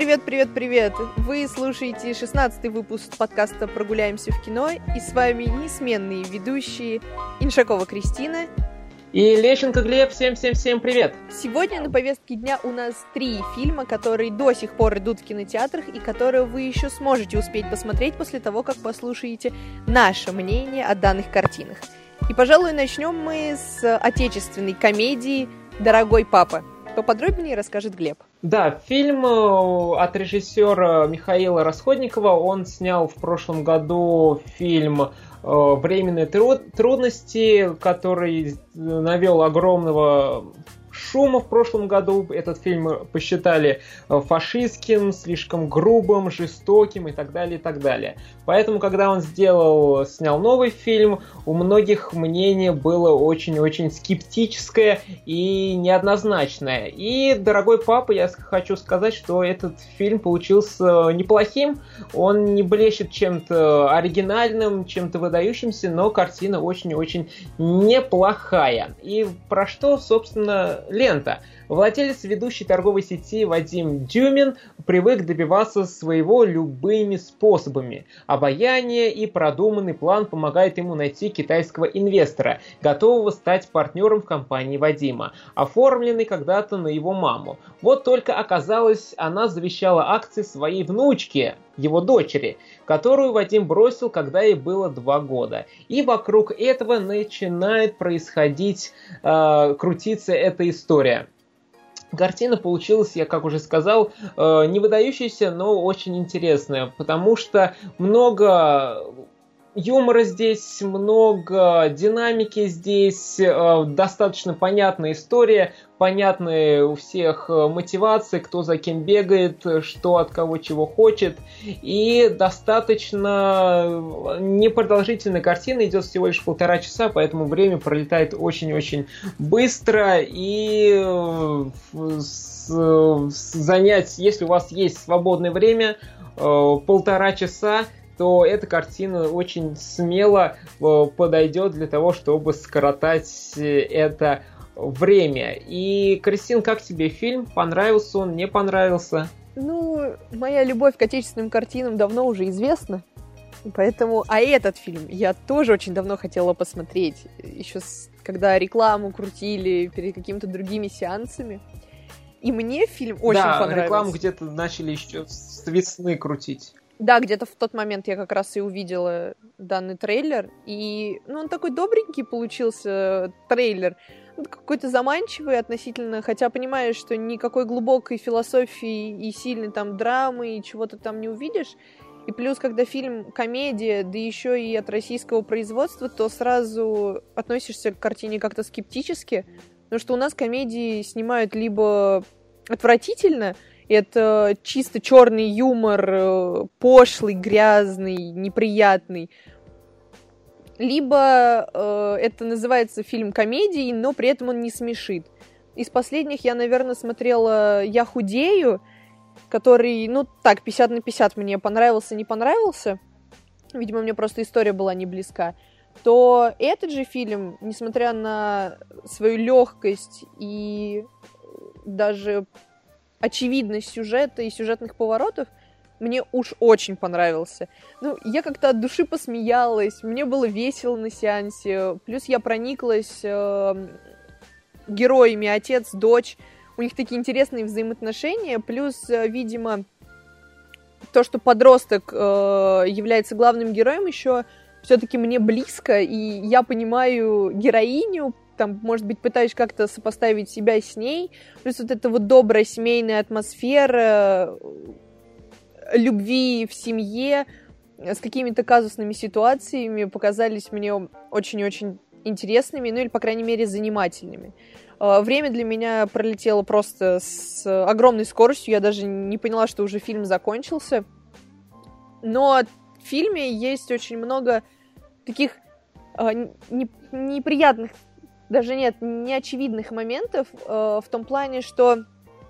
Привет, привет, привет! Вы слушаете 16-й выпуск подкаста «Прогуляемся в кино», и с вами несменные ведущие Иншакова Кристина и Лещенко Глеб. Всем привет! Сегодня на повестке дня у нас 3 фильма, которые до сих пор идут в кинотеатрах и которые вы еще сможете успеть посмотреть после того, как послушаете наше мнение о данных картинах. И, пожалуй, начнем мы с отечественной комедии «Дорогой папа». Поподробнее расскажет Глеб. Да, фильм от режиссера Михаила Расходникова. Он снял в прошлом году фильм «Временные трудности», который навел огромного шума в прошлом году. Этот фильм посчитали фашистским, слишком грубым, жестоким и так далее, и так далее. Поэтому, когда он снял новый фильм, у многих мнение было очень-очень скептическое и неоднозначное. И, дорогой папа, я хочу сказать, что этот фильм получился неплохим. Он не блещет чем-то оригинальным, чем-то выдающимся, но картина очень-очень неплохая. И про что, собственно, лента? Владелец ведущей торговой сети Вадим Дюмин привык добиваться своего любыми способами. Обаяние и продуманный план помогает ему найти китайского инвестора, готового стать партнером в компании Вадима, оформленный когда-то на его маму. Вот только оказалось, она завещала акции своей внучке, его дочери, которую Вадим бросил, когда ей было 2 года. И вокруг этого начинает происходить, крутиться эта история. Картина получилась, я как уже сказал, не выдающаяся, но очень интересная, потому что много юмора здесь, много динамики здесь, достаточно понятная история, понятные у всех мотивации, кто за кем бегает, что от кого чего хочет. И достаточно непродолжительная картина, идет всего лишь 1,5 часа, поэтому время пролетает очень-очень быстро. И занять, если у вас есть свободное время, 1,5 часа, то эта картина очень смело подойдет для того, чтобы скоротать это время. И, Кристин, как тебе фильм? Понравился он, не понравился? Ну, моя любовь к отечественным картинам давно уже известна, поэтому... А этот фильм я тоже очень давно хотела посмотреть, еще когда рекламу крутили перед какими-то другими сеансами. И мне фильм очень понравился. Да, рекламу где-то начали еще с весны крутить. Да, где-то в тот момент я как раз и увидела данный трейлер, и он такой добренький получился трейлер, какой-то заманчивый относительно, хотя понимаешь, что никакой глубокой философии и сильной там драмы и чего-то там не увидишь, и плюс, когда фильм комедия, да еще и от российского производства, то сразу относишься к картине как-то скептически, потому что у нас комедии снимают либо отвратительно, это чисто черный юмор, пошлый, грязный, неприятный. Либо это называется фильм комедией, но при этом он не смешит. Из последних я, наверное, смотрела «Я худею», который, 50 на 50 мне понравился, не понравился. Видимо, мне просто история была не близка. То этот же фильм, несмотря на свою легкость и даже очевидность сюжета и сюжетных поворотов, мне уж очень понравился. Я как-то от души посмеялась, мне было весело на сеансе, плюс я прониклась героями отец, дочь, у них такие интересные взаимоотношения, плюс, видимо, то, что подросток является главным героем, еще все-таки мне близко, и я понимаю героиню, там, может быть, пытаюсь как-то сопоставить себя с ней, плюс вот эта вот добрая семейная атмосфера, любви в семье с какими-то казусными ситуациями показались мне очень-очень интересными, или, по крайней мере, занимательными. Время для меня пролетело просто с огромной скоростью, я даже не поняла, что уже фильм закончился, но в фильме есть очень много таких неприятных, даже нет, неочевидных моментов, в том плане, что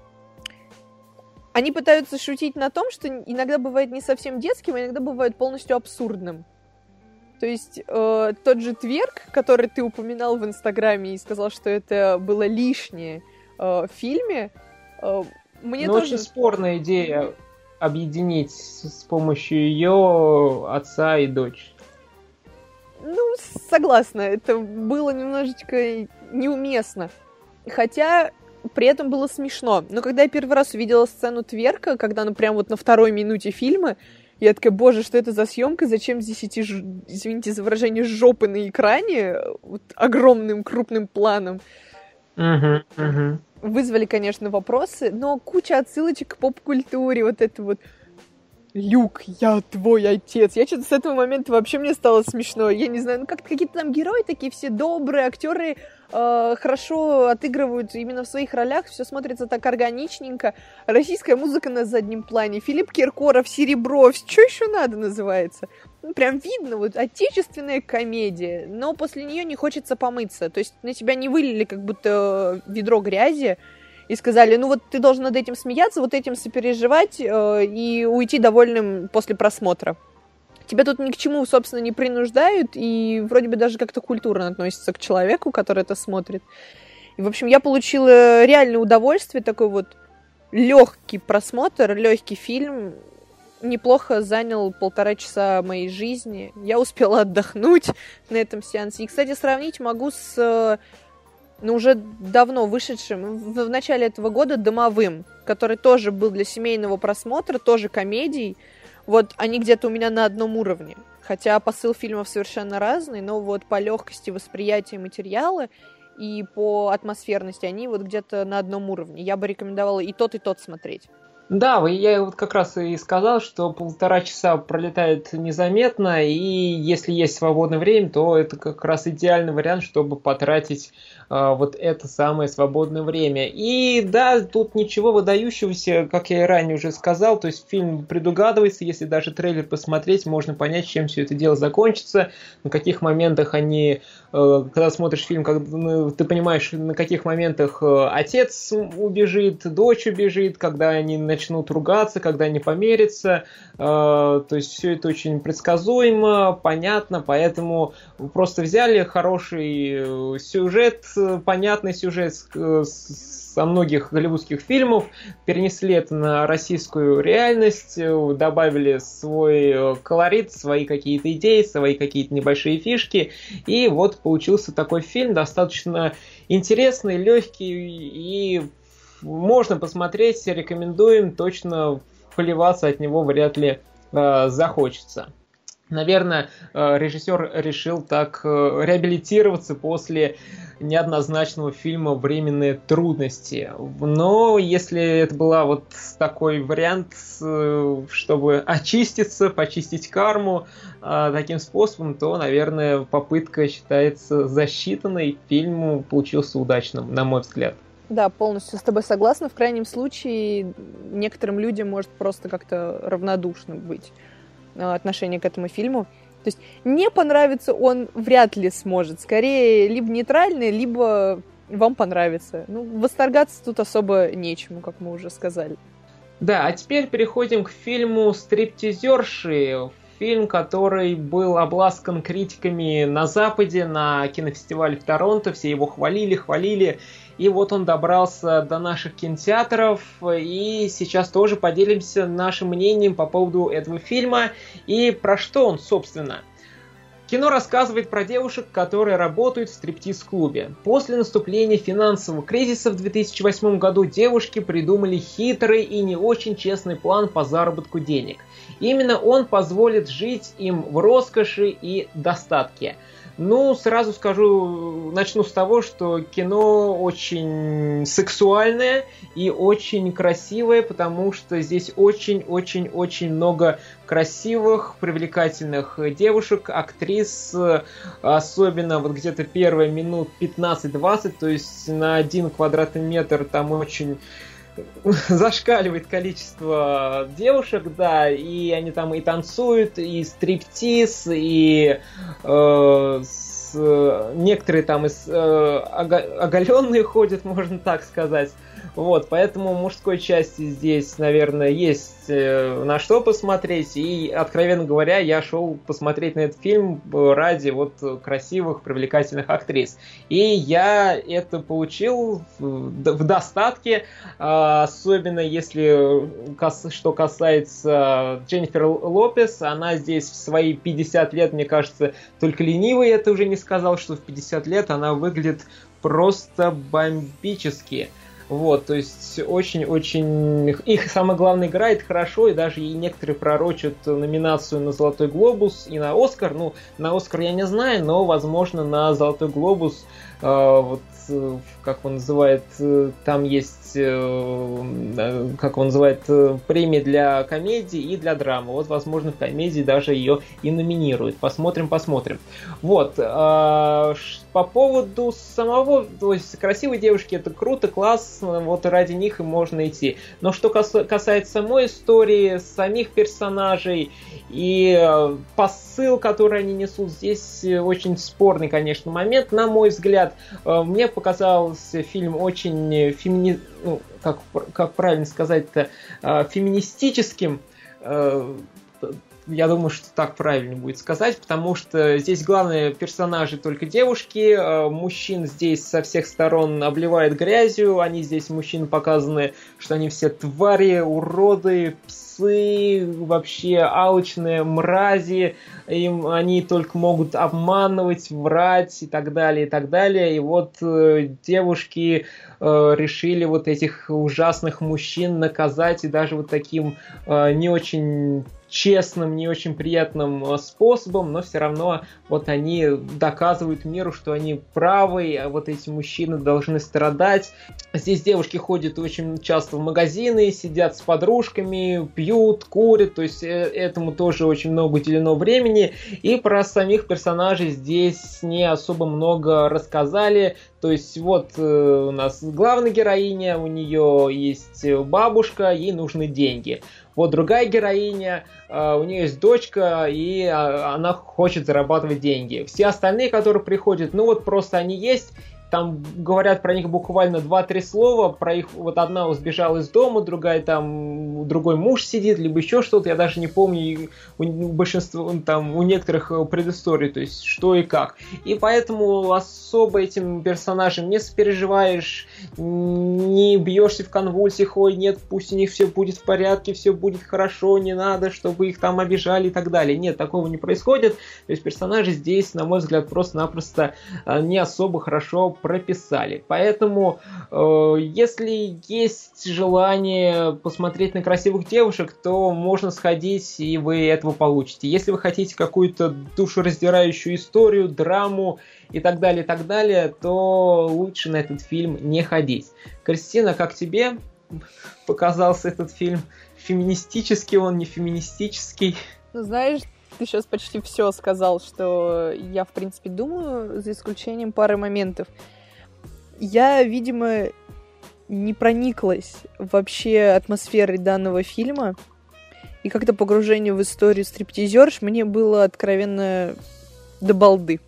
они пытаются шутить на том, что иногда бывает не совсем детским, а иногда бывает полностью абсурдным. То есть тот же тверк, который ты упоминал в Инстаграме и сказал, что это было лишнее в фильме, мне тоже... очень спорная идея. объединить с помощью ее отца и дочь. Ну, согласна, это было немножечко неуместно. Хотя при этом было смешно. Но когда я первый раз увидела сцену тверка, когда она прям вот на второй минуте фильма, я такая, боже, что это за съемка? Зачем здесь эти, извините за выражение, жопы на экране вот, огромным крупным планом? Вызвали, конечно, вопросы, но куча отсылочек к поп-культуре, вот это вот Люк, я твой отец. Я что-то с этого момента вообще мне стало смешно. Я не знаю, ну как-то какие-то там герои такие все добрые, актеры хорошо отыгрывают именно в своих ролях, все смотрится так органичненько. Российская музыка на заднем плане, Филипп Киркоров, Серебро, что еще надо называется. Ну, прям видно, вот отечественная комедия, но после нее не хочется помыться. То есть на тебя не вылили как будто ведро грязи, и сказали, ну вот ты должен над этим смеяться, вот этим сопереживать и уйти довольным после просмотра. Тебя тут ни к чему, собственно, не принуждают, и вроде бы даже как-то культурно относятся к человеку, который это смотрит. И, в общем, я получила реальное удовольствие, такой вот легкий просмотр, легкий фильм. Неплохо занял 1,5 часа моей жизни. Я успела отдохнуть на этом сеансе. И, кстати, сравнить могу с... уже давно вышедшим, в начале этого года, «Домовым», который тоже был для семейного просмотра, тоже комедий. Вот они где-то у меня на одном уровне. Хотя посыл фильмов совершенно разный, но вот по легкости восприятия материала и по атмосферности они вот где-то на одном уровне. Я бы рекомендовала и тот смотреть. Да, я вот как раз и сказал, что 1,5 часа пролетает незаметно, и если есть свободное время, то это как раз идеальный вариант, чтобы потратить вот это самое свободное время. И да, тут ничего выдающегося, как я и ранее уже сказал, то есть фильм предугадывается, если даже трейлер посмотреть, можно понять, чем все это дело закончится, на каких моментах они, когда смотришь фильм, ты понимаешь, на каких моментах отец убежит, дочь убежит, когда они начнут ругаться, когда они помирятся, то есть все это очень предсказуемо, понятно, поэтому просто взяли хороший сюжет, понятный сюжет со многих голливудских фильмов, перенесли это на российскую реальность, добавили свой колорит, свои какие-то идеи, свои какие-то небольшие фишки, и вот получился такой фильм, достаточно интересный, легкий, и можно посмотреть, рекомендуем, точно поливаться от него вряд ли захочется. Наверное, режиссер решил так реабилитироваться после неоднозначного фильма «Временные трудности». Но если это была вот такой вариант, чтобы очиститься, почистить карму таким способом, то, наверное, попытка считается засчитанной. Фильм получился удачным, на мой взгляд. Да, полностью с тобой согласна. В крайнем случае, некоторым людям может просто как-то равнодушно быть отношение к этому фильму. То есть не понравится он вряд ли сможет. Скорее, либо нейтральный, либо вам понравится. Ну, восторгаться тут особо нечему, как мы уже сказали. Да, а теперь переходим к фильму «Стриптизерши». Фильм, который был обласкан критиками на Западе, на кинофестивале в Торонто. Все его хвалили. И вот он добрался до наших кинотеатров, и сейчас тоже поделимся нашим мнением по поводу этого фильма и про что он, собственно. Кино рассказывает про девушек, которые работают в стриптиз-клубе. После наступления финансового кризиса в 2008 году девушки придумали хитрый и не очень честный план по заработку денег. Именно он позволит жить им в роскоши и достатке. Ну, сразу скажу, начну с того, что кино очень сексуальное и очень красивое, потому что здесь очень-очень-очень много красивых, привлекательных девушек, актрис, особенно вот где-то первые минут 15-20, то есть на 1 квадратный метр там очень зашкаливает количество девушек, да, и они там и танцуют, и стриптиз, и некоторые там оголенные ходят, можно так сказать. В Вот, поэтому мужской части здесь, наверное, есть на что посмотреть. И, откровенно говоря, я шел посмотреть на этот фильм ради вот красивых, привлекательных актрис. И я это получил в достатке, особенно если что касается Дженнифер Лопес. Она здесь в свои 50 лет, мне кажется, только ленивый это уже не сказал, что в 50 лет она выглядит просто бомбически. Вот, то есть очень-очень... Их, самое главное, играет хорошо, и даже и некоторые пророчат номинацию на «Золотой глобус» и на «Оскар». Ну, на «Оскар» я не знаю, но, возможно, на «Золотой глобус», вот, как он называет, там есть, как он называет, премия для комедии и для драмы. Вот, возможно, в комедии даже ее и номинируют. Посмотрим. Вот, по поводу самого, то есть красивые девушки, это круто, классно, вот ради них и можно идти. Но что касается самой истории, самих персонажей и посыл, который они несут, здесь очень спорный, конечно, момент, на мой взгляд. Мне показался фильм очень как правильно сказать-то, феминистическим. Я думаю, что так правильно будет сказать, потому что здесь главные персонажи только девушки, мужчин здесь со всех сторон обливает грязью, они здесь, мужчины, показаны, что они все твари, уроды, псы, вообще алчные мрази, они только могут обманывать, врать и так далее, и так далее. И вот девушки решили вот этих ужасных мужчин наказать, и даже вот таким не очень честным, не очень приятным способом, но все равно вот они доказывают миру, что они правы, а вот эти мужчины должны страдать. Здесь девушки ходят очень часто в магазины, сидят с подружками, пьют, курят, то есть этому тоже очень много уделено времени, и про самих персонажей здесь не особо много рассказали. То есть вот у нас главная героиня, у нее есть бабушка, ей нужны деньги. Вот другая героиня, у нее есть дочка, и она хочет зарабатывать деньги. Все остальные, которые приходят, ну вот просто они есть. Там говорят про них буквально 2-3 слова, про их, вот одна сбежала из дома, другая там, другой муж сидит, либо еще что-то, я даже не помню, у большинства, там, у некоторых предысторий, то есть что и как. И поэтому особо этим персонажам не сопереживаешь, не бьешься в конвульсиях, ой, нет, пусть у них все будет в порядке, все будет хорошо, не надо, чтобы их там обижали и так далее. Нет, такого не происходит, то есть персонажи здесь, на мой взгляд, просто-напросто не особо хорошо прописали. Поэтому, если есть желание посмотреть на красивых девушек, то можно сходить, и вы этого получите. Если вы хотите какую-то душераздирающую историю, драму и так далее, то лучше на этот фильм не ходить. Кристина, как тебе показался этот фильм? Феминистический он, не феминистический? Ну, знаешь, ты сейчас почти все сказал, что я, в принципе, думаю, за исключением пары моментов. Я, видимо, не прониклась вообще атмосферой данного фильма, и как-то погружение в историю стриптизерш мне было откровенно до балды.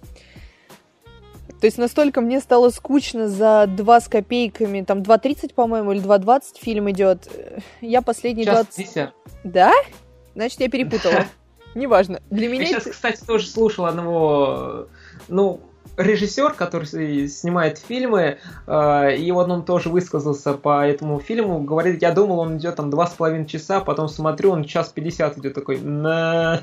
То есть настолько мне стало скучно за 2 с копейками, там 2.30, по-моему, или 2.20 фильм идет. Я последний 20... Да? Значит, я перепутала. Неважно. Для меня... Я сейчас, кстати, тоже слушал одного, режиссер, который снимает фильмы, и вот он тоже высказался по этому фильму, говорит, я думал, он идет там 2,5 часа, потом смотрю, он 1:50 идет такой, на.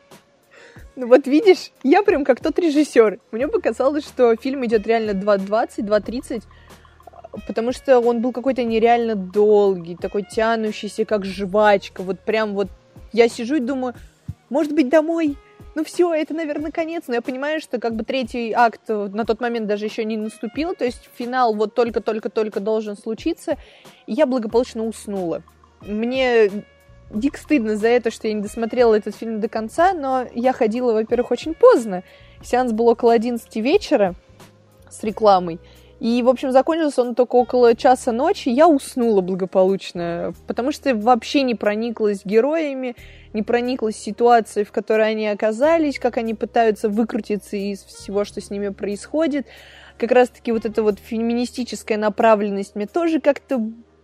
Ну вот видишь, я прям как тот режиссер. Мне показалось, что фильм идет реально 2.20, 2.30, потому что он был какой-то нереально долгий, такой тянущийся, как жвачка, вот прям вот я сижу и думаю, может быть, домой? Ну все, это, наверное, конец. Но я понимаю, что как бы 3-й акт на тот момент даже еще не наступил. То есть финал вот только-только должен случиться. И я благополучно уснула. Мне дико стыдно за это, что я не досмотрела этот фильм до конца. Но я ходила, во-первых, очень поздно. Сеанс был около 11 вечера с рекламой. И, в общем, закончился он только около часа ночи. Я уснула благополучно, потому что вообще не прониклась героями, не прониклась ситуацией, в которой они оказались, как они пытаются выкрутиться из всего, что с ними происходит. Как раз-таки вот эта вот феминистическая направленность мне тоже как-то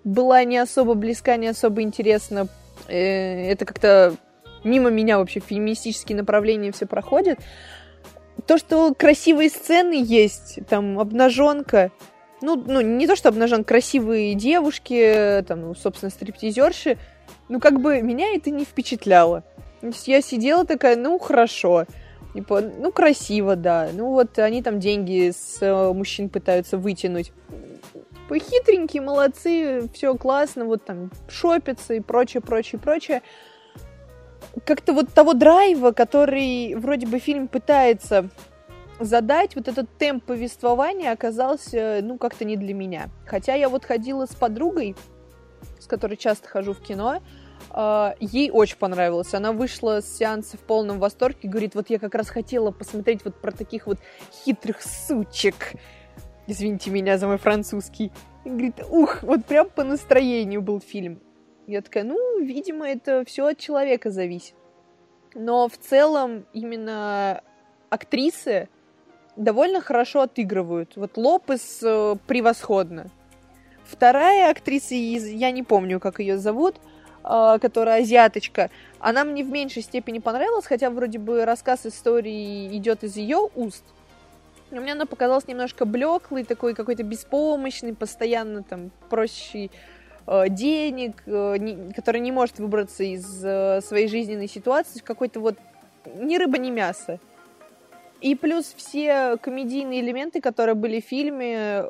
была не особо близка, не особо интересна. Это как-то мимо меня вообще феминистические направления все проходят. То, что красивые сцены есть, там, обнаженка, ну, не то, что обнаженка, красивые девушки, там, ну, собственно, стриптизерши, ну, как бы меня это не впечатляло. То есть я сидела такая, ну, хорошо, типа, ну, красиво, да, ну, вот они там деньги с мужчин пытаются вытянуть. Типа, хитренькие, молодцы, все классно, вот там шопятся и прочее, прочее, прочее. Как-то вот того драйва, который вроде бы фильм пытается задать, вот этот темп повествования оказался, ну, как-то не для меня. Хотя я вот ходила с подругой, с которой часто хожу в кино, ей очень понравилось. Она вышла с сеанса в полном восторге, говорит, вот я как раз хотела посмотреть вот про таких вот хитрых сучек. Извините меня за мой французский. И говорит, ух, вот прям по настроению был фильм. Я такая, ну, видимо, это все от человека зависит. Но в целом именно актрисы довольно хорошо отыгрывают. Вот Лопес превосходно. Вторая актриса, я не помню, как ее зовут, которая азиаточка, она мне в меньшей степени понравилась, хотя вроде бы рассказ истории идет из ее уст. Но мне она показалась немножко блеклой, такой какой-то беспомощный, постоянно там просящий денег, который не может выбраться из своей жизненной ситуации, какой-то вот ни рыба, ни мясо. И плюс все комедийные элементы, которые были в фильме,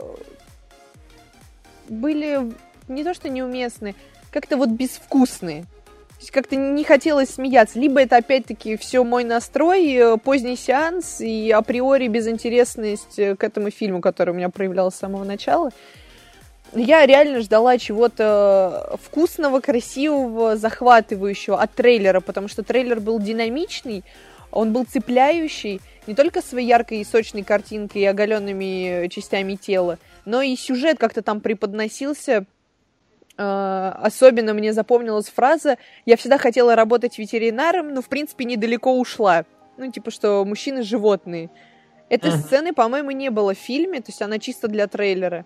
были не то что неуместны, как-то вот безвкусные. То есть как-то не хотелось смеяться. Либо это опять-таки все мой настрой, поздний сеанс и априори безинтересность к этому фильму, который у меня проявлялся с самого начала. Я реально ждала чего-то вкусного, красивого, захватывающего от трейлера, потому что трейлер был динамичный, он был цепляющий, не только своей яркой и сочной картинкой и оголенными частями тела, но и сюжет как-то там преподносился. Особенно мне запомнилась фраза «Я всегда хотела работать ветеринаром, но, в принципе, недалеко ушла». Ну, типа, что мужчины животные. Этой сцены, по-моему, не было в фильме, то есть она чисто для трейлера.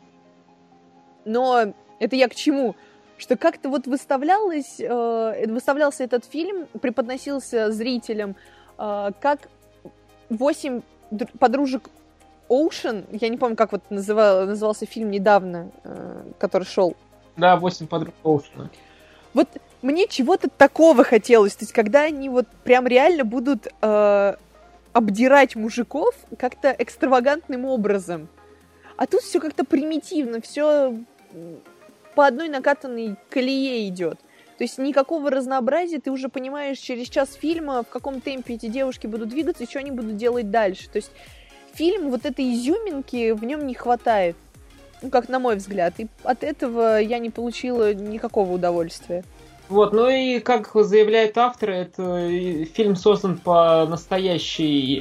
Но это я к чему? Что как-то вот выставлялся этот фильм, преподносился зрителям как 8 подружек Оушен. Я не помню, как вот назывался фильм недавно, который шел. Да, 8 подруг Оушена. Вот мне чего-то такого хотелось. То есть, когда они вот прям реально будут обдирать мужиков как-то экстравагантным образом. А тут все как-то примитивно, все по одной накатанной колее идет. То есть никакого разнообразия, ты уже понимаешь через час фильма, в каком темпе эти девушки будут двигаться и что они будут делать дальше. То есть фильм, вот этой изюминки в нем не хватает. Ну, как на мой взгляд. И от этого я не получила никакого удовольствия. Вот, ну и как заявляет автор, это фильм создан по настоящей,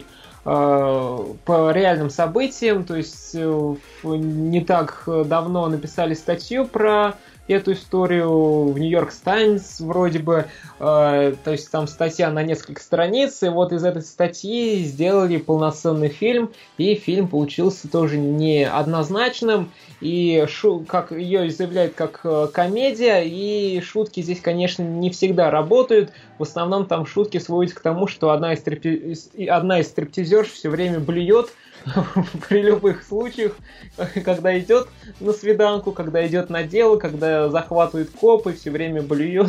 по реальным событиям, то есть не так давно написали статью про эту историю в Нью-Йорк Таймс вроде бы, то есть там статья на несколько страниц, и вот из этой статьи сделали полноценный фильм, и фильм получился тоже неоднозначным, и как ее заявляют как комедия, и шутки здесь, конечно, не всегда работают, в основном там шутки сводятся к тому, что одна из стриптизерш все время блюет при любых случаях, когда идет на свиданку, когда идет на дело, когда захватывает копы, все время блюет.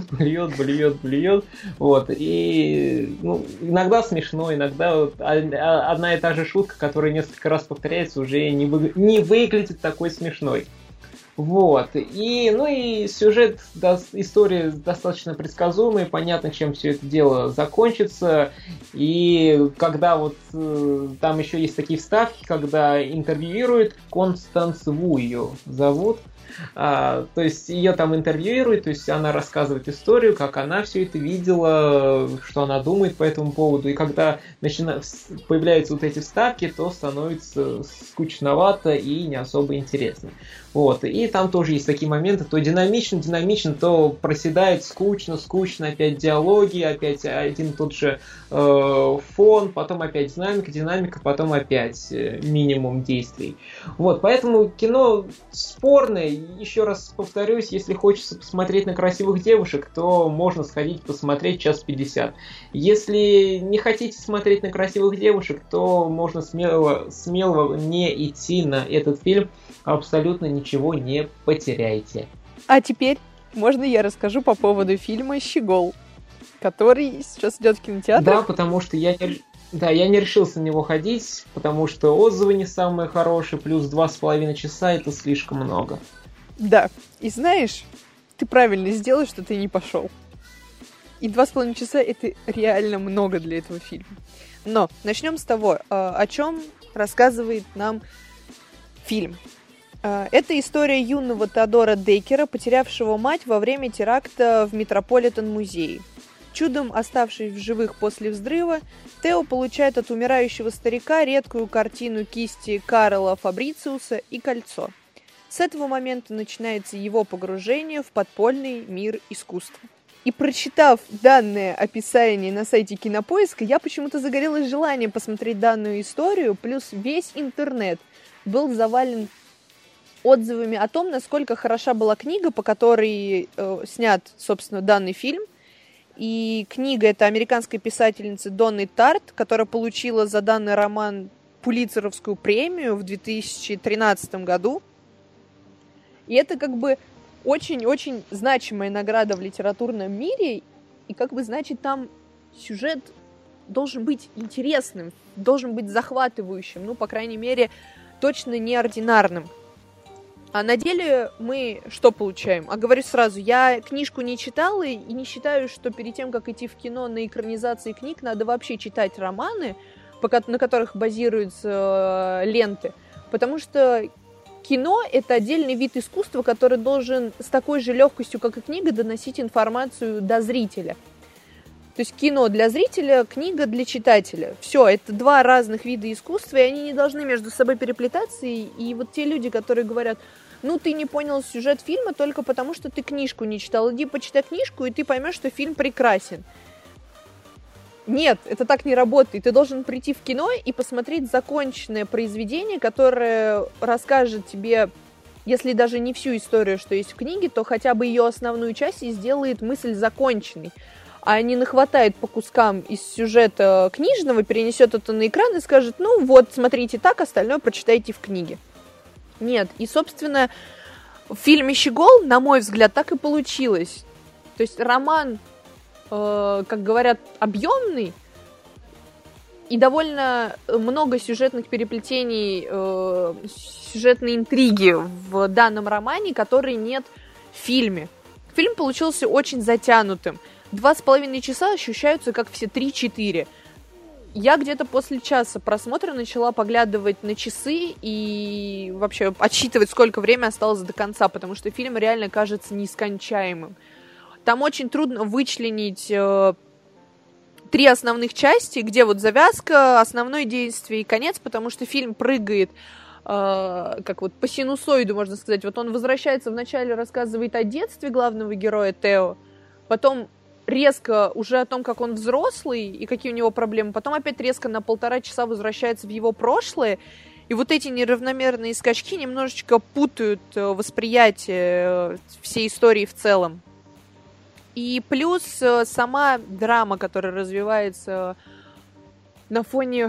Вот. И иногда смешно, иногда одна и та же шутка, которая несколько раз повторяется, уже не выглядит такой смешной. Вот. И сюжет, история достаточно предсказуемая, понятно, чем все это дело закончится. И когда вот там еще есть такие вставки, когда интервьюируют Констанс Ву, ее зовут. То есть ее там интервьюируют, то есть она рассказывает историю, как она все это видела, что она думает по этому поводу. И когда появляются вот эти вставки, то становится скучновато и не особо интересно. Вот. И там тоже есть такие моменты, то динамично, то проседает скучно, опять диалоги, опять один и тот же фон, потом опять динамика, потом опять минимум действий. Вот. Поэтому кино спорное. еще раз повторюсь, если хочется посмотреть на красивых девушек, то можно сходить посмотреть 1:50. Если не хотите смотреть на красивых девушек, то можно смело не идти на этот фильм, абсолютно ничего не потеряете. А теперь можно я расскажу по поводу фильма «Щегол», который сейчас идет в кинотеатрах? Да, потому что я не решился на него ходить, потому что отзывы не самые хорошие, плюс 2,5 часа это слишком много. Да, и знаешь, ты правильно сделал, что ты не пошел. И 2,5 часа это реально много для этого фильма. Но начнем с того, о чем рассказывает нам фильм. Это история юного Теодора Деккера, потерявшего мать во время теракта в Метрополитен-музее. Чудом оставшись в живых после взрыва, Тео получает от умирающего старика редкую картину кисти Карла Фабрициуса и кольцо. С этого момента начинается его погружение в подпольный мир искусства. И прочитав данное описание на сайте Кинопоиска, я почему-то загорелась желанием посмотреть данную историю, плюс весь интернет был завален отзывами о том, насколько хороша была книга, по которой снят, собственно, данный фильм. И книга это американской писательницы Донны Тарт, которая получила за данный роман Пулитцеровскую премию в 2013 году. И это как бы очень-очень значимая награда в литературном мире. И как бы, значит, там сюжет должен быть интересным, должен быть захватывающим, ну, по крайней мере, точно неординарным. А на деле мы что получаем? А говорю сразу, я книжку не читала и не считаю, что перед тем, как идти в кино на экранизации книг, надо вообще читать романы, на которых базируются ленты. Потому что кино — это отдельный вид искусства, который должен с такой же легкостью, как и книга, доносить информацию до зрителя. То есть кино для зрителя, книга для читателя. Все, это два разных вида искусства, и они не должны между собой переплетаться. И вот те люди, которые говорят, ну, ты не понял сюжет фильма только потому, что ты книжку не читал. Иди почитай книжку, и ты поймешь, что фильм прекрасен. Нет, это так не работает. Ты должен прийти в кино и посмотреть законченное произведение, которое расскажет тебе, если даже не всю историю, что есть в книге, то хотя бы ее основную часть и сделает мысль законченной. А не нахватает по кускам из сюжета книжного, перенесет это на экран и скажет, ну вот, смотрите так, остальное прочитайте в книге. Нет, и, собственно, в фильме «Щегол», на мой взгляд, так и получилось. То есть роман, как говорят, объемный, и довольно много сюжетных переплетений, сюжетной интриги в данном романе, которой нет в фильме. Фильм получился очень затянутым. 2,5 часа ощущаются как все 3-4. Я где-то после часа просмотра начала поглядывать на часы и вообще отсчитывать, сколько времени осталось до конца, потому что фильм реально кажется нескончаемым. Там очень трудно вычленить 3 основных части, где вот завязка, основное действие и конец, потому что фильм прыгает как вот по синусоиду, можно сказать. Вот он возвращается, вначале рассказывает о детстве главного героя Тео, потом резко уже о том, как он взрослый и какие у него проблемы, потом опять резко на 1,5 часа возвращается в его прошлое, и вот эти неравномерные скачки немножечко путают восприятие всей истории в целом. И плюс сама драма, которая развивается на фоне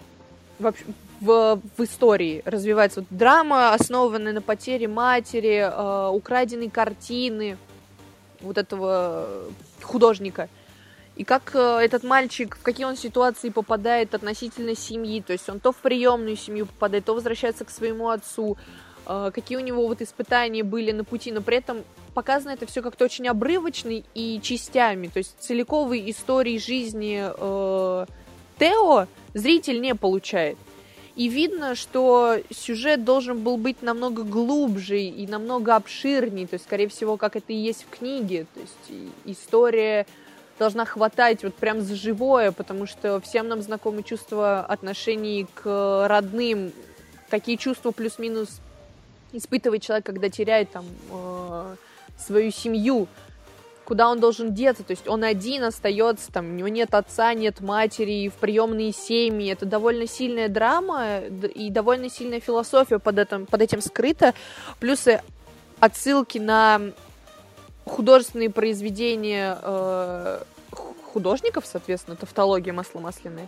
в истории, развивается вот драма, основанная на потере матери, украденной картины вот этого художника. И как этот мальчик, в какие он ситуации попадает относительно семьи. То есть он то в приемную семью попадает, то возвращается к своему отцу. Какие у него вот испытания были на пути. Но при этом показано это все как-то очень обрывочно и частями. То есть целиковой истории жизни Тео зритель не получает. И видно, что сюжет должен был быть намного глубже и намного обширнее. То есть, скорее всего, как это и есть в книге. То есть история должна хватать вот прям за живое, потому что всем нам знакомы чувства отношений к родным. Какие чувства плюс-минус испытывает человек, когда теряет там свою семью. Куда он должен деться, то есть он один остается, там, у него нет отца, нет матери, в приемные семьи, это довольно сильная драма и довольно сильная философия под этим скрыта, плюс отсылки на художественные произведения художников, соответственно, тавтология масло масляное.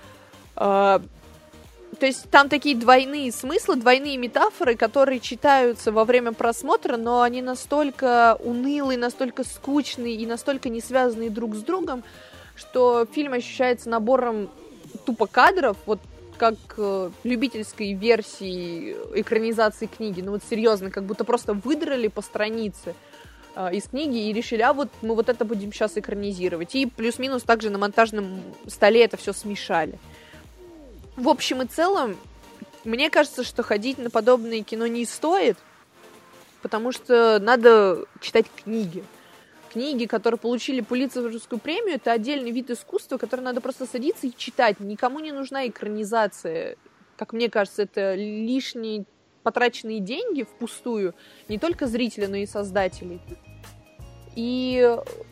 То есть там такие двойные смыслы, двойные метафоры, которые читаются во время просмотра, но они настолько унылые, настолько скучные и настолько не связанные друг с другом, что фильм ощущается набором тупо кадров, вот как любительской версии экранизации книги. Ну вот серьезно, как будто просто выдрали по странице из книги и решили, а вот мы вот это будем сейчас экранизировать. И плюс-минус также на монтажном столе это все смешали. В общем и целом, мне кажется, что ходить на подобное кино не стоит, потому что надо читать книги. Книги, которые получили Пулитцеровскую премию, это отдельный вид искусства, который надо просто садиться и читать. Никому не нужна экранизация. Как мне кажется, это лишние потраченные деньги впустую не только зрителя, но и создателей. И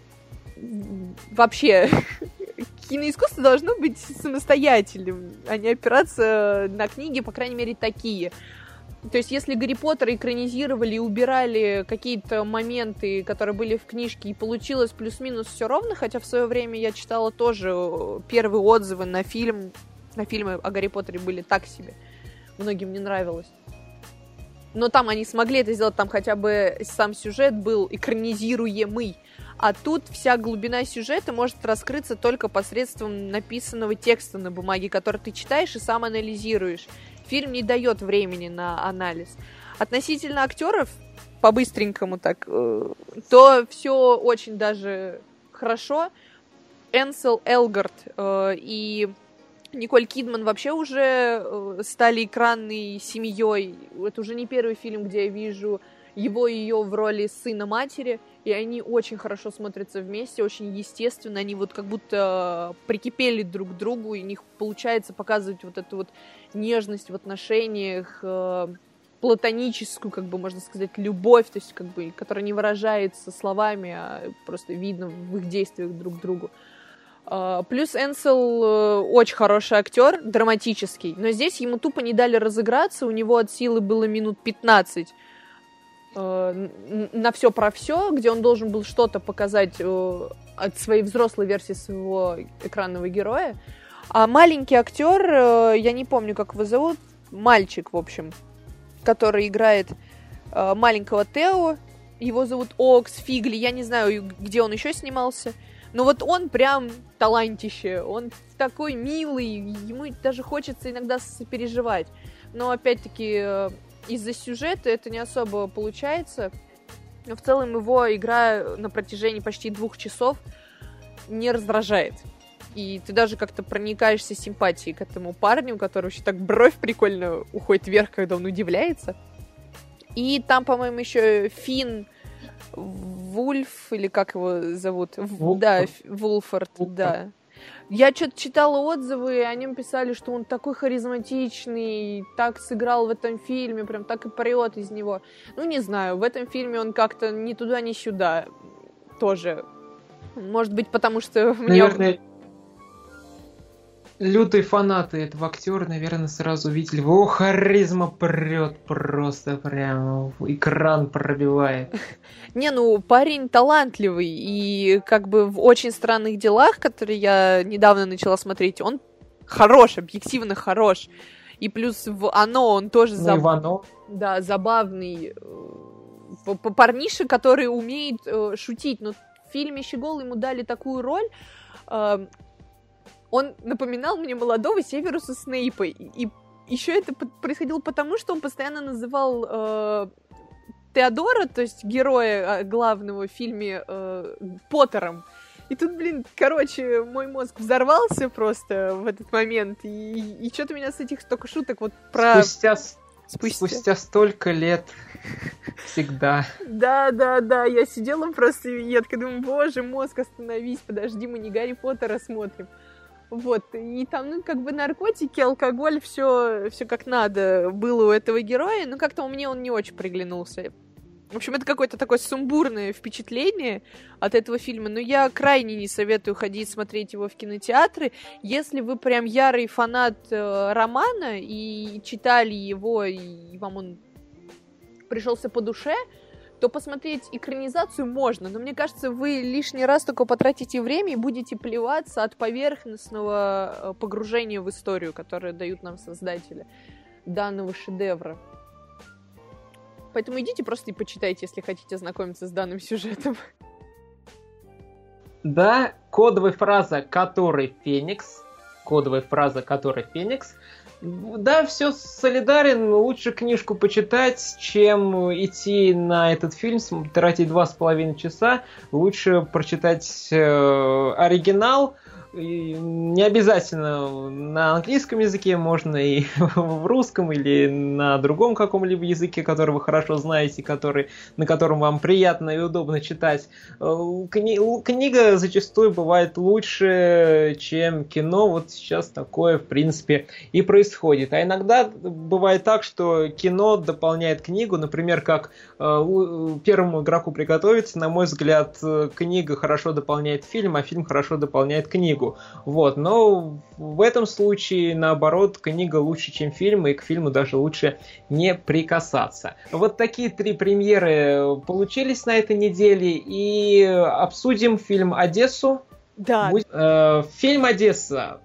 вообще... Киноискусство должно быть самостоятельным, а не опираться на книги, по крайней мере, такие. То есть, если Гарри Поттера экранизировали и убирали какие-то моменты, которые были в книжке, и получилось плюс-минус все ровно, хотя в свое время я читала тоже первые отзывы на фильмы о Гарри Поттере были так себе. Многим не нравилось. Но там они смогли это сделать, там хотя бы сам сюжет был экранизируемый. А тут вся глубина сюжета может раскрыться только посредством написанного текста на бумаге, который ты читаешь и сам анализируешь. Фильм не дает времени на анализ. Относительно актеров, по-быстренькому так, то все очень даже хорошо. Энсел Элгарт и Николь Кидман вообще уже стали экранной семьей. Это уже не первый фильм, где я вижу его и ее в роли сына матери, и они очень хорошо смотрятся вместе, очень естественно, они вот как будто прикипели друг к другу, и у них получается показывать вот эту вот нежность в отношениях, платоническую, как бы можно сказать, любовь, то есть как бы, которая не выражается словами, а просто видно в их действиях друг к другу. Плюс Энсел очень хороший актер, драматический, но здесь ему тупо не дали разыграться, у него от силы было минут 15 на все про все, где он должен был что-то показать от своей взрослой версии своего экранного героя. А маленький актер, я не помню, как его зовут, мальчик, в общем, который играет маленького Тео, его зовут Окс Фигли, я не знаю, где он еще снимался, но вот он прям талантище, он такой милый, ему даже хочется иногда сопереживать, но опять-таки из-за сюжета это не особо получается. Но в целом его игра на протяжении почти 2 часов не раздражает. И ты даже как-то проникаешься симпатией к этому парню, который вообще так бровь прикольно уходит вверх, когда он удивляется. И там, по-моему, еще Финн Вульф, или как его зовут? Да, Вулфорд, да. Я что-то читала отзывы, о нем писали, что он такой харизматичный, так сыграл в этом фильме, прям так и прет из него. Ну, не знаю, в этом фильме он как-то ни туда, ни сюда тоже. Может быть, потому что... Наверное, лютые фанаты этого актера, наверное, сразу увидели, его харизма прет просто прям, экран пробивает. Не, ну, парень талантливый, и как бы в «Очень странных делах», которые я недавно начала смотреть, он хорош, объективно хорош. И плюс в «Оно» он тоже да, забавный парниша, который умеет шутить. Но в фильме «Щегол» ему дали такую роль... Он напоминал мне молодого Северуса Снейпа. И еще это происходило потому, что он постоянно называл Теодора, то есть героя главного в фильме, Поттером. И тут, короче, мой мозг взорвался просто в этот момент. И что-то меня с этих столько шуток вот про... Спустя столько лет всегда. Да, я сидела просто и думаю, боже, мозг, остановись, подожди, мы не Гарри Поттера смотрим. Вот, и там, как бы наркотики, алкоголь, все как надо было у этого героя, но как-то мне он не очень приглянулся. В общем, это какое-то такое сумбурное впечатление от этого фильма, но я крайне не советую ходить смотреть его в кинотеатры. Если вы прям ярый фанат романа и читали его, и вам он пришелся по душе, то посмотреть экранизацию можно, но мне кажется, вы лишний раз только потратите время и будете плеваться от поверхностного погружения в историю, которое дают нам создатели данного шедевра. Поэтому идите просто и почитайте, если хотите ознакомиться с данным сюжетом. Да, кодовая фраза «который Феникс». Да, все солидарен, но лучше книжку почитать, чем идти на этот фильм, тратить 2,5 часа. Лучше прочитать оригинал. И не обязательно на английском языке, можно и в русском или на другом каком-либо языке, который вы хорошо знаете, на котором вам приятно и удобно читать. Книга зачастую бывает лучше, чем кино. Вот сейчас такое, в принципе, и происходит. А иногда бывает так, что кино дополняет книгу. Например, как «Первому игроку приготовиться», на мой взгляд, книга хорошо дополняет фильм, а фильм хорошо дополняет книгу. Вот, но в этом случае, наоборот, книга лучше, чем фильм, и к фильму даже лучше не прикасаться. Вот такие 3 премьеры получились на этой неделе, и обсудим фильм «Одессу». Да. Фильм «Одесса»,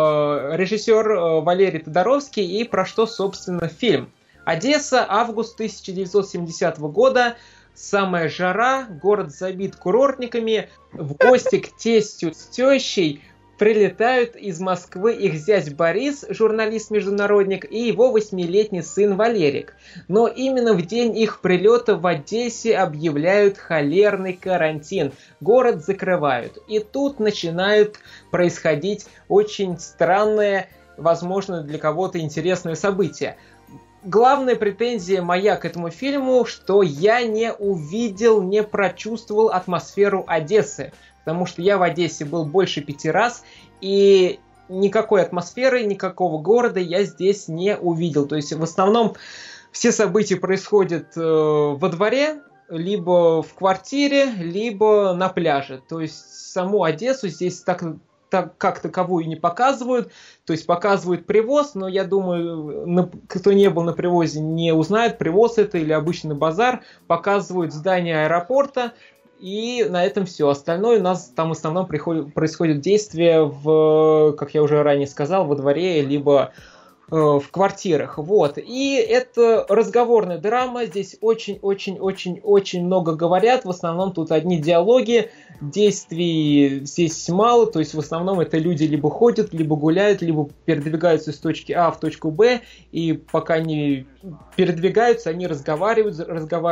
режиссер Валерий Тодоровский, и про что, собственно, фильм. Одесса, август 1970 года. Самая жара, город забит курортниками. В гости к тестю с тещей прилетают из Москвы их зять Борис, журналист-международник, и его 8-летний сын Валерик. Но именно в день их прилета в Одессе объявляют холерный карантин. Город закрывают. И тут начинают происходить очень странные, возможно, для кого-то интересные события. Главная претензия моя к этому фильму, что я не увидел, не прочувствовал атмосферу Одессы. Потому что я в Одессе был больше 5 раз, и никакой атмосферы, никакого города я здесь не увидел. То есть в основном все события происходят во дворе, либо в квартире, либо на пляже. То есть саму Одессу здесь как таковую не показывают, то есть показывают привоз, но я думаю, кто не был на привозе, не узнает, привоз это или обычный базар, показывают здание аэропорта, и на этом все. Остальное у нас там в основном происходит действие как я уже ранее сказал, во дворе, либо в квартирах. Вот. И это разговорная драма. Здесь очень-очень-очень-очень много говорят. В основном тут одни диалоги. Действий здесь мало. То есть в основном это люди либо ходят, либо гуляют, либо передвигаются из точки А в точку Б. И пока они передвигаются, они разговаривают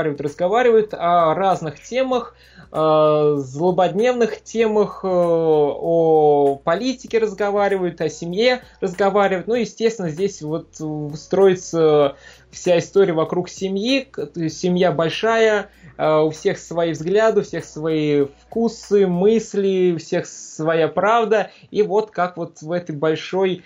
о разных темах, злободневных темах, о политике разговаривают, о семье разговаривают. Ну, естественно, здесь вот строится вся история вокруг семьи. Семья большая, у всех свои взгляды, у всех свои вкусы, мысли, у всех своя правда. И вот как вот в этой большой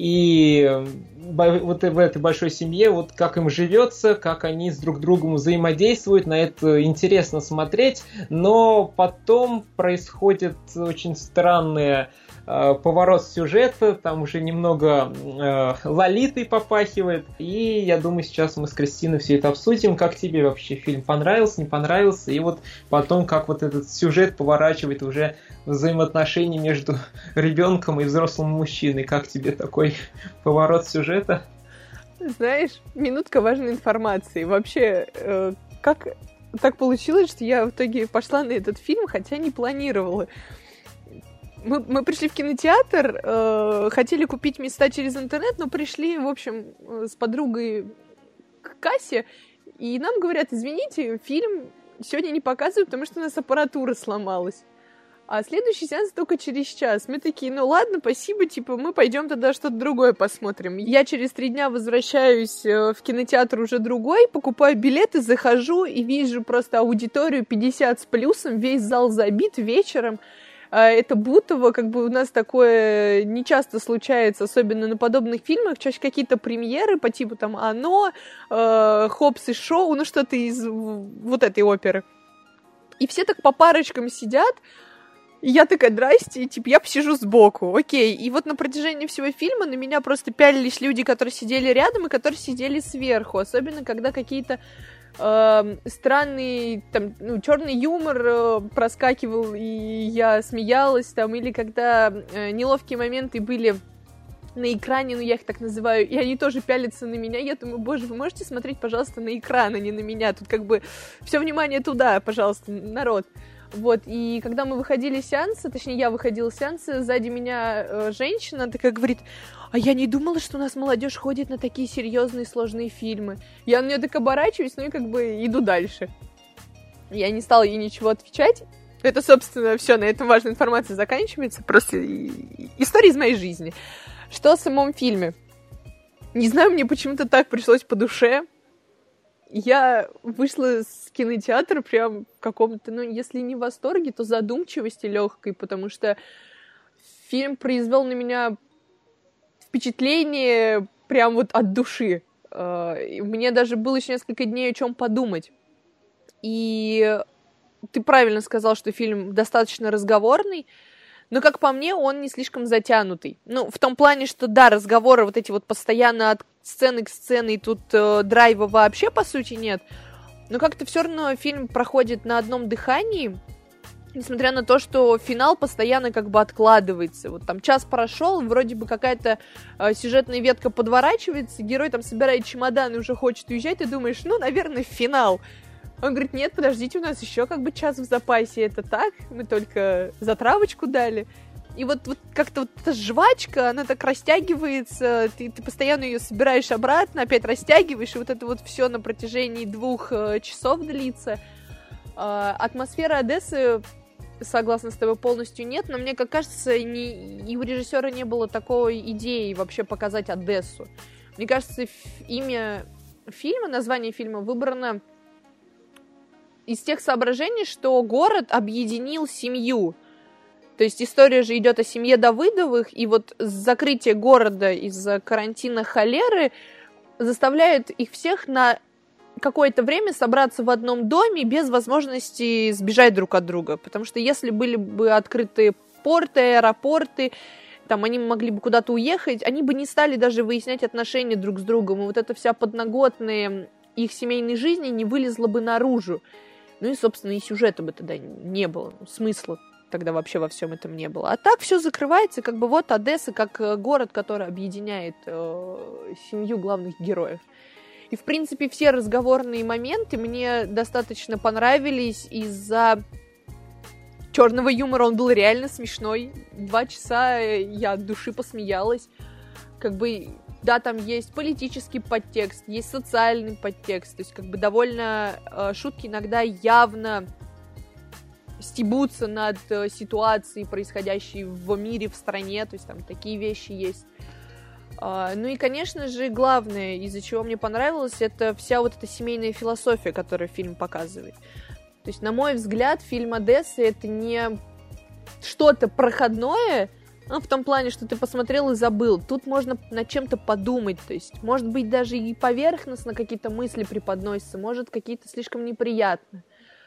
семье, вот как им живется, как они с друг другом взаимодействуют, на это интересно смотреть. Но потом происходит очень странные поворот сюжета, там уже немного Лолитой попахивает. И я думаю, сейчас мы с Кристиной все это обсудим. Как тебе вообще фильм? Понравился, не понравился? И вот потом, как вот этот сюжет поворачивает уже взаимоотношения между ребенком и взрослым мужчиной. Как тебе такой поворот сюжета? Знаешь, минутка важной информации. Вообще, как так получилось, что я в итоге пошла на этот фильм, хотя не планировала. Мы пришли в кинотеатр, хотели купить места через интернет, но пришли, в общем, с подругой к кассе, и нам говорят: извините, фильм сегодня не показывают, потому что у нас аппаратура сломалась. А следующий сеанс только через час. Мы такие: ну ладно, спасибо, типа, мы пойдем тогда что-то другое посмотрим. Я через 3 дня возвращаюсь в кинотеатр уже другой, покупаю билеты, захожу и вижу просто аудиторию 50 с плюсом, весь зал забит вечером. Это Бутово, как бы у нас такое не часто случается, особенно на подобных фильмах, чаще какие-то премьеры по типу там «Оно», «Хоббс и Шоу», ну что-то из вот этой оперы. И все так по парочкам сидят, и я такая: здрасте, и, типа, я посижу сбоку, окей. И вот на протяжении всего фильма на меня просто пялились люди, которые сидели рядом и которые сидели сверху, особенно когда какие-то странный, там, ну, черный юмор проскакивал, и я смеялась, там, или когда неловкие моменты были на экране, ну, я их так называю, и они тоже пялятся на меня, я думаю, боже, вы можете смотреть, пожалуйста, на экран, а не на меня, тут как бы все внимание туда, пожалуйста, народ. Вот, и когда мы выходили с сеанса, точнее, я выходила с сеанса, сзади меня женщина такая говорит: а я не думала, что у нас молодежь ходит на такие серьезные сложные фильмы. Я на нее так оборачиваюсь, ну и как бы иду дальше. Я не стала ей ничего отвечать. Это, собственно, все, на этом важная информация заканчивается. Просто история из моей жизни. Что о самом фильме? Не знаю, мне почему-то так пришлось по душе. Я вышла с кинотеатра прям в каком-то, ну, если не в восторге, то задумчивости легкой, потому что фильм произвел на меня впечатление прям вот от души. Мне даже было еще несколько дней о чем подумать. И ты правильно сказал, что фильм достаточно разговорный, но, как по мне, он не слишком затянутый. Ну, в том плане, что, да, разговоры вот эти вот постоянно от сцены к сцене, и тут драйва вообще, по сути, нет. Но как-то все равно фильм проходит на одном дыхании, несмотря на то, что финал постоянно как бы откладывается. Вот там час прошел, вроде бы какая-то сюжетная ветка подворачивается, герой там собирает чемодан и уже хочет уезжать, ты думаешь, ну, наверное, финал. Он говорит: нет, подождите, у нас еще как бы час в запасе, это так, мы только затравочку дали. И вот как-то вот эта жвачка, она так растягивается, ты постоянно ее собираешь обратно, опять растягиваешь, и вот это вот все на протяжении 2 часов длится. Атмосфера Одессы, согласна с тобой, полностью нет, но мне, как кажется, и у режиссера не было такой идеи вообще показать Одессу. Мне кажется, имя фильма, название фильма выбрано из тех соображений, что город объединил семью. То есть история же идет о семье Давыдовых, и вот закрытие города из-за карантина холеры заставляет их всех на какое-то время собраться в одном доме без возможности сбежать друг от друга. Потому что если были бы открыты порты, аэропорты, там они могли бы куда-то уехать, они бы не стали даже выяснять отношения друг с другом. И вот эта вся подноготная их семейной жизни не вылезла бы наружу. Ну и, собственно, и сюжета бы тогда не было, смысла тогда вообще во всем этом не было. А так все закрывается, как бы вот Одесса как город, который объединяет семью главных героев. И, в принципе, все разговорные моменты мне достаточно понравились из-за черного юмора. Он был реально смешной. 2 часа я от души посмеялась. Как бы, да, там есть политический подтекст, есть социальный подтекст. То есть, как бы, довольно шутки иногда явно стебутся над ситуацией, происходящей в мире, в стране. То есть, там такие вещи есть. Ну и, конечно же, главное, из-за чего мне понравилось, это вся вот эта семейная философия, которую фильм показывает. То есть, на мой взгляд, фильм «Одесса» — это не что-то проходное, в том плане, что ты посмотрел и забыл. Тут можно над чем-то подумать, то есть, может быть, даже и поверхностно какие-то мысли преподносятся, может, какие-то слишком неприятные.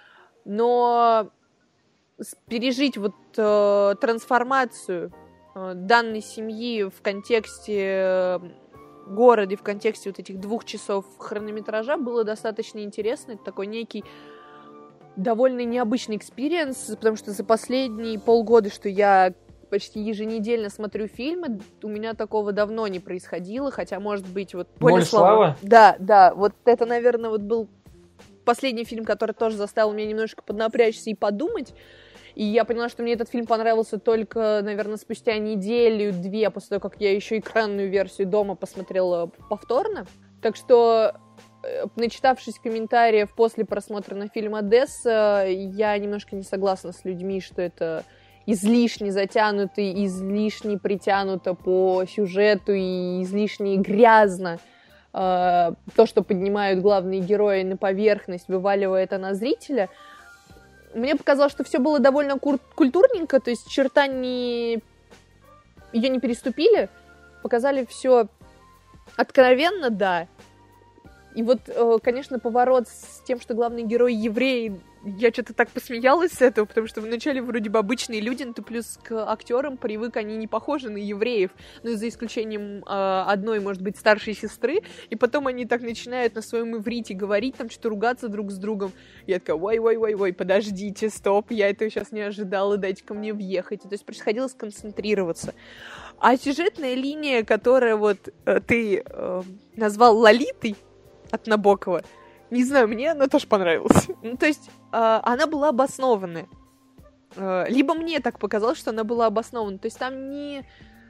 Но пережить вот трансформацию данной семьи в контексте города и в контексте вот этих 2 часов хронометража было достаточно интересно. Это такой некий довольно необычный экспириенс, потому что за последние полгода, что я почти еженедельно смотрю фильмы, у меня такого давно не происходило, хотя, может быть, вот... «Боль, слава»? Да, вот это, наверное, вот был последний фильм, который тоже заставил меня немножко поднапрячься и подумать. И я поняла, что мне этот фильм понравился только, наверное, спустя 1-2, после того, как я еще экранную версию дома посмотрела повторно. Так что, начитавшись комментариев после просмотра на фильм «Одесса», я немножко не согласна с людьми, что это излишне затянуто, излишне притянуто по сюжету и излишне грязно. То, что поднимают главные герои на поверхность, вываливая это на зрителя. Мне показалось, что все было довольно культурненько, то есть черта ее не переступили, показали все откровенно, да. И вот, конечно, поворот с тем, что главный герой еврей, я что-то так посмеялась с этого, потому что вначале вроде бы обычные люди, но ты плюс к актерам привык, они не похожи на евреев, ну, за исключением одной, может быть, старшей сестры, и потом они так начинают на своем иврите говорить, там что-то ругаться друг с другом. Я такая, ой, подождите, стоп, я этого сейчас не ожидала, дайте-ка мне въехать. То есть приходилось концентрироваться. А сюжетная линия, которая вот ты назвал Лолитой от Набокова, не знаю, мне она тоже понравилась. Ну, то есть, она была обоснованная. Либо мне так показалось, что она была обоснована. То есть, там не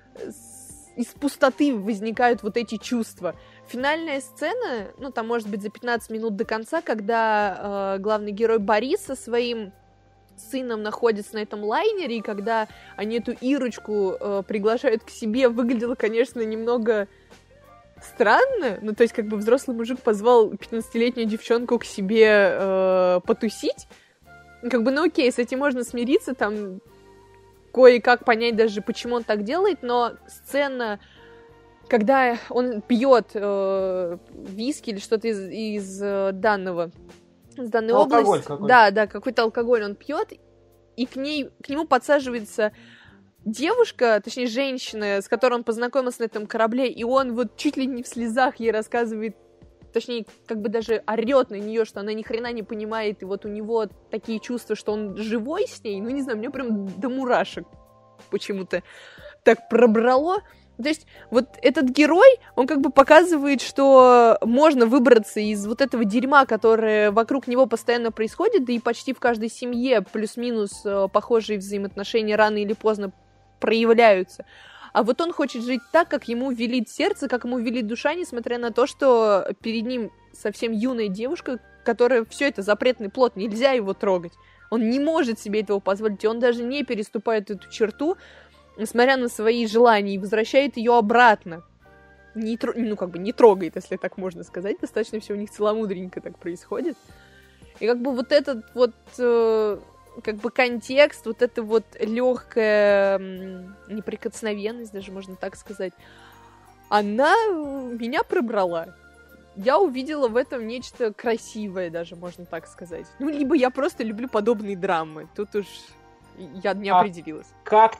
из пустоты возникают вот эти чувства. Финальная сцена, ну, там, может быть, за 15 минут до конца, когда главный герой Борис со своим сыном находится на этом лайнере, и когда они эту Ирочку приглашают к себе, выглядело, конечно, немного... странно, ну, то есть, как бы взрослый мужик позвал 15-летнюю девчонку к себе потусить, как бы, ну, окей, с этим можно смириться, там, кое-как понять даже, почему он так делает, но сцена, когда он пьет виски или что-то из данной области, да, какой-то алкоголь он пьет, и к нему подсаживается девушка, точнее, женщина, с которой он познакомился на этом корабле, и он вот чуть ли не в слезах ей рассказывает, точнее, как бы даже орет на нее, что она ни хрена не понимает, и вот у него такие чувства, что он живой с ней, ну, не знаю, мне прям до мурашек почему-то так пробрало. То есть вот этот герой, он как бы показывает, что можно выбраться из вот этого дерьма, которое вокруг него постоянно происходит, да и почти в каждой семье плюс-минус похожие взаимоотношения рано или поздно проявляются. А вот он хочет жить так, как ему велит сердце, как ему велит душа, несмотря на то, что перед ним совсем юная девушка, которая все это запретный плод, нельзя его трогать. Он не может себе этого позволить, и он даже не переступает эту черту, несмотря на свои желания, и возвращает ее обратно. Не трогает, если так можно сказать. Достаточно все у них целомудренько так происходит. И как бы вот этот вот... как бы контекст, вот эта вот легкая неприкосновенность, даже можно так сказать, она меня пробрала. Я увидела в этом нечто красивое, даже можно так сказать. Ну, либо я просто люблю подобные драмы. Тут уж я не определилась. Как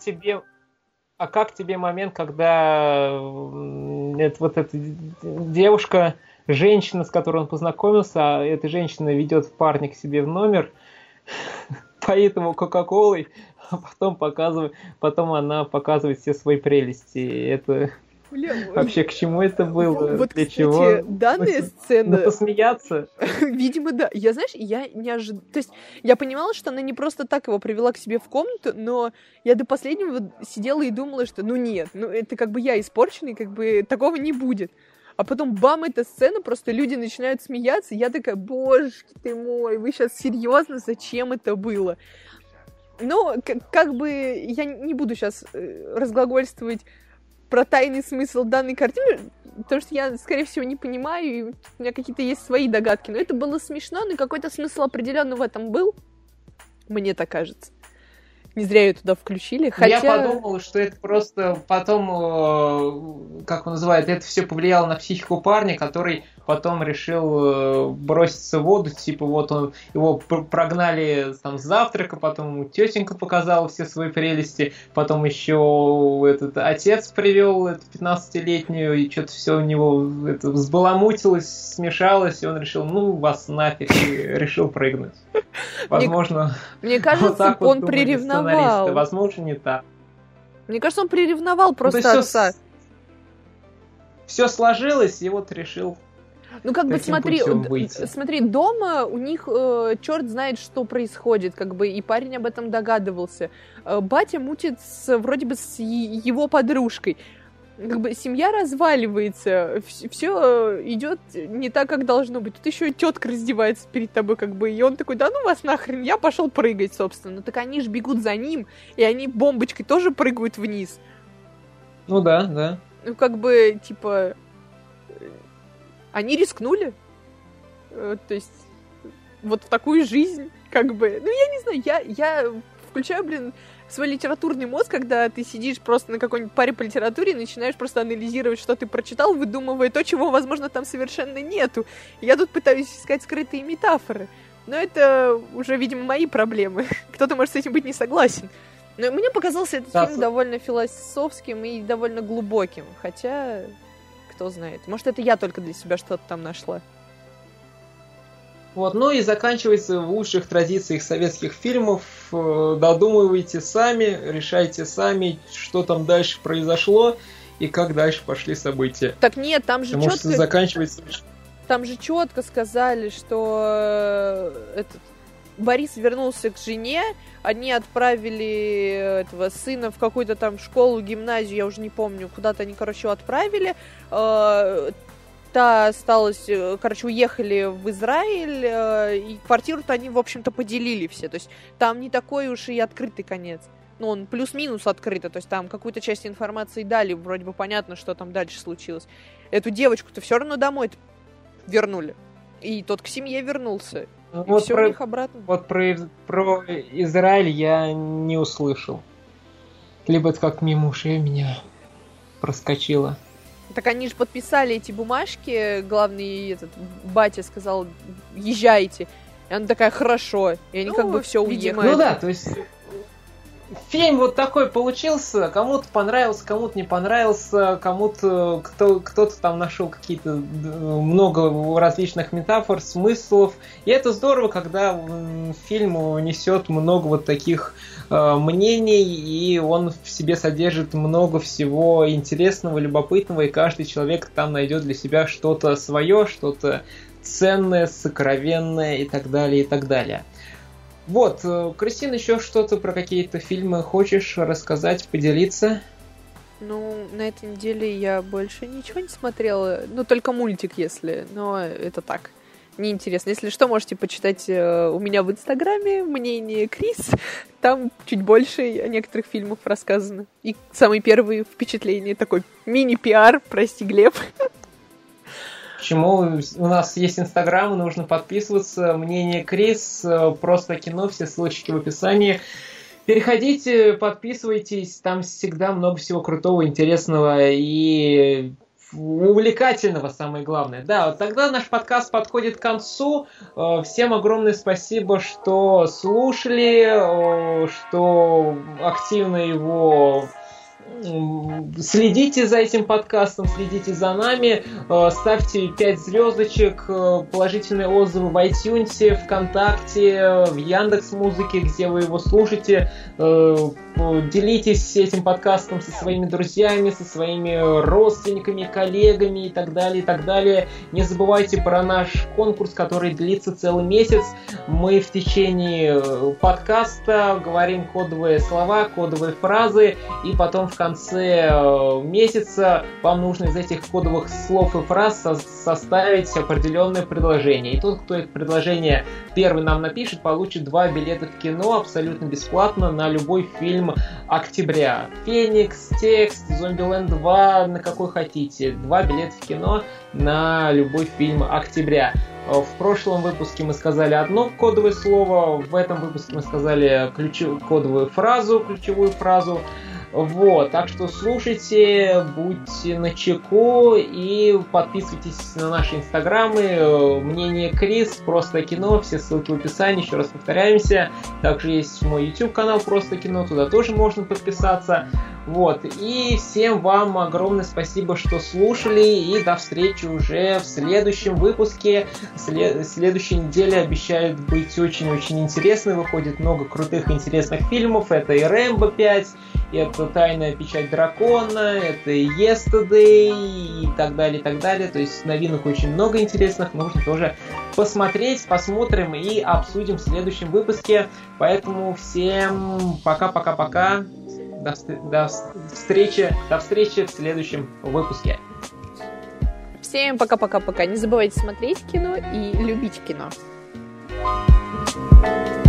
тебе момент, когда вот эта девушка, женщина, с которой он познакомился, а эта женщина ведет парня к себе в номер, поит ему кока-колой, а потом она показывает все свои прелести. Это вообще к чему это было? Вот, для кстати, чего? данная сцена... Посмеяться? Видимо, да. Я, знаешь, я не ожидала... То есть я понимала, что она не просто так его привела к себе в комнату, но я до последнего сидела и думала, что ну нет, ну это как бы я испорченный, как бы такого не будет. А потом, бам, эта сцена, просто люди начинают смеяться, и я такая, божечки ты мой, вы сейчас серьезно, зачем это было? Но, как бы, я не буду сейчас разглагольствовать про тайный смысл данной картины, потому что я, скорее всего, не понимаю, и у меня какие-то есть свои догадки, но это было смешно, но какой-то смысл определенно в этом был, мне так кажется. Не зря ее туда включили, хотя... Я подумал, что это просто потом, как он называет, это все повлияло на психику парня, который потом решил броситься в воду, типа вот его прогнали там с завтрака, потом ему тетенька показала все свои прелести, потом еще этот отец привел эту 15-летнюю, и что-то все у него это взбаламутилось, смешалось, и он решил, ну вас нафиг, и решил прыгнуть. Возможно, мне кажется, вот он приревновал. Возможно, не так. Мне кажется, он приревновал просто отца. Все сложилось, и вот решил. Ну, как бы, смотри, дома у них черт знает, что происходит, как бы, и парень об этом догадывался. Батя мутит вроде бы с его подружкой. Как бы семья разваливается, все идет не так, как должно быть. Тут еще и тетка раздевается перед тобой, как бы, и он такой, да ну вас нахрен, я пошел прыгать, собственно. Так они же бегут за ним, и они бомбочкой тоже прыгают вниз. Ну да. Ну, как бы, типа, они рискнули. То есть, вот в такую жизнь, как бы. Ну, я не знаю, я включаю, блин, свой литературный мозг, когда ты сидишь просто на какой-нибудь паре по литературе и начинаешь просто анализировать, что ты прочитал, выдумывая то, чего, возможно, там совершенно нету. И я тут пытаюсь искать скрытые метафоры. Но это уже, видимо, мои проблемы. Кто-то может с этим быть не согласен. Но мне показался этот фильм довольно философским и довольно глубоким. Хотя, кто знает. Может, это я только для себя что-то там нашла. Вот, ну и заканчивается в лучших традициях советских фильмов. Додумывайте сами, решайте сами, что там дальше произошло и как дальше пошли события. Так нет, там же четко... заканчивается... Там же четко сказали, что Борис вернулся к жене, они отправили этого сына в какую-то там школу, гимназию, я уже не помню, куда-то они, короче, отправили. Та осталась, короче, уехали в Израиль, и квартиру-то они, в общем-то, поделили все. То есть там не такой уж и открытый конец. Ну, он плюс-минус открытый, то есть там какую-то часть информации дали, вроде бы понятно, что там дальше случилось. Эту девочку-то все равно домой вернули. И тот к семье вернулся. И вот все у них обратно. Вот про Израиль я не услышал. Либо это как мимо ушей меня проскочило. Так они же подписали эти бумажки, главный батя сказал, езжайте. И она такая, хорошо. И они как бы все уехали. Ну да, то есть фильм вот такой получился, кому-то понравился, кому-то не понравился, кому-то кто-то там нашел какие-то много различных метафор, смыслов. И это здорово, когда фильм несет много вот таких мнений, и он в себе содержит много всего интересного, любопытного, и каждый человек там найдет для себя что-то свое, что-то ценное, сокровенное и так далее, и так далее. Вот, Кристина, еще что-то про какие-то фильмы хочешь рассказать, поделиться? Ну, на этой неделе я больше ничего не смотрела. Ну, только мультик, если. Но это так, неинтересно. Если что, можете почитать у меня в Инстаграме мнение Крис. Там чуть больше о некоторых фильмах рассказано. И самые первые впечатления. Такой мини-пиар, прости, Глеб. Почему? У нас есть Инстаграм, нужно подписываться. Мнение Крис, просто кино, все ссылочки в описании. Переходите, подписывайтесь, там всегда много всего крутого, интересного и увлекательного, самое главное. Да, вот тогда наш подкаст подходит к концу. Всем огромное спасибо, что слушали, что активно его... Следите за этим подкастом, следите за нами, ставьте 5 звездочек, положительные отзывы в iTunes, ВКонтакте, в Яндекс.Музыке, где вы его слушаете. Делитесь этим подкастом со своими друзьями, со своими родственниками, коллегами и так далее, и так далее. Не забывайте про наш конкурс, который длится целый месяц. Мы в течение подкаста говорим кодовые слова, кодовые фразы, и потом в конце месяца вам нужно из этих кодовых слов и фраз составить определенное предложение. И тот, кто это предложение первый нам напишет, получит 2 билета в кино абсолютно бесплатно на любой фильм октября. «Феникс», «Текст», «Зомбиленд 2», на какой хотите. 2 билета в кино на любой фильм октября. В прошлом выпуске мы сказали одно кодовое слово, в этом выпуске мы сказали кодовую фразу, ключевую фразу. Вот, так что слушайте, будьте начеку и подписывайтесь на наши инстаграмы. Мнение Крис, Просто кино, все ссылки в описании, еще раз повторяемся. Также есть мой YouTube канал Просто кино, туда тоже можно подписаться. Вот, и всем вам огромное спасибо, что слушали, и до встречи уже в следующем выпуске. Следующая неделя обещает быть очень-очень интересной, выходит много крутых интересных фильмов. Это и «Рэмбо 5», это «Тайная печать дракона», это и «Yesterday» и так далее, и так далее. То есть новинок очень много интересных, нужно тоже посмотреть, посмотрим и обсудим в следующем выпуске. Поэтому всем пока-пока-пока. До встречи в следующем выпуске. Всем пока-пока-пока. Не забывайте смотреть кино и любить кино.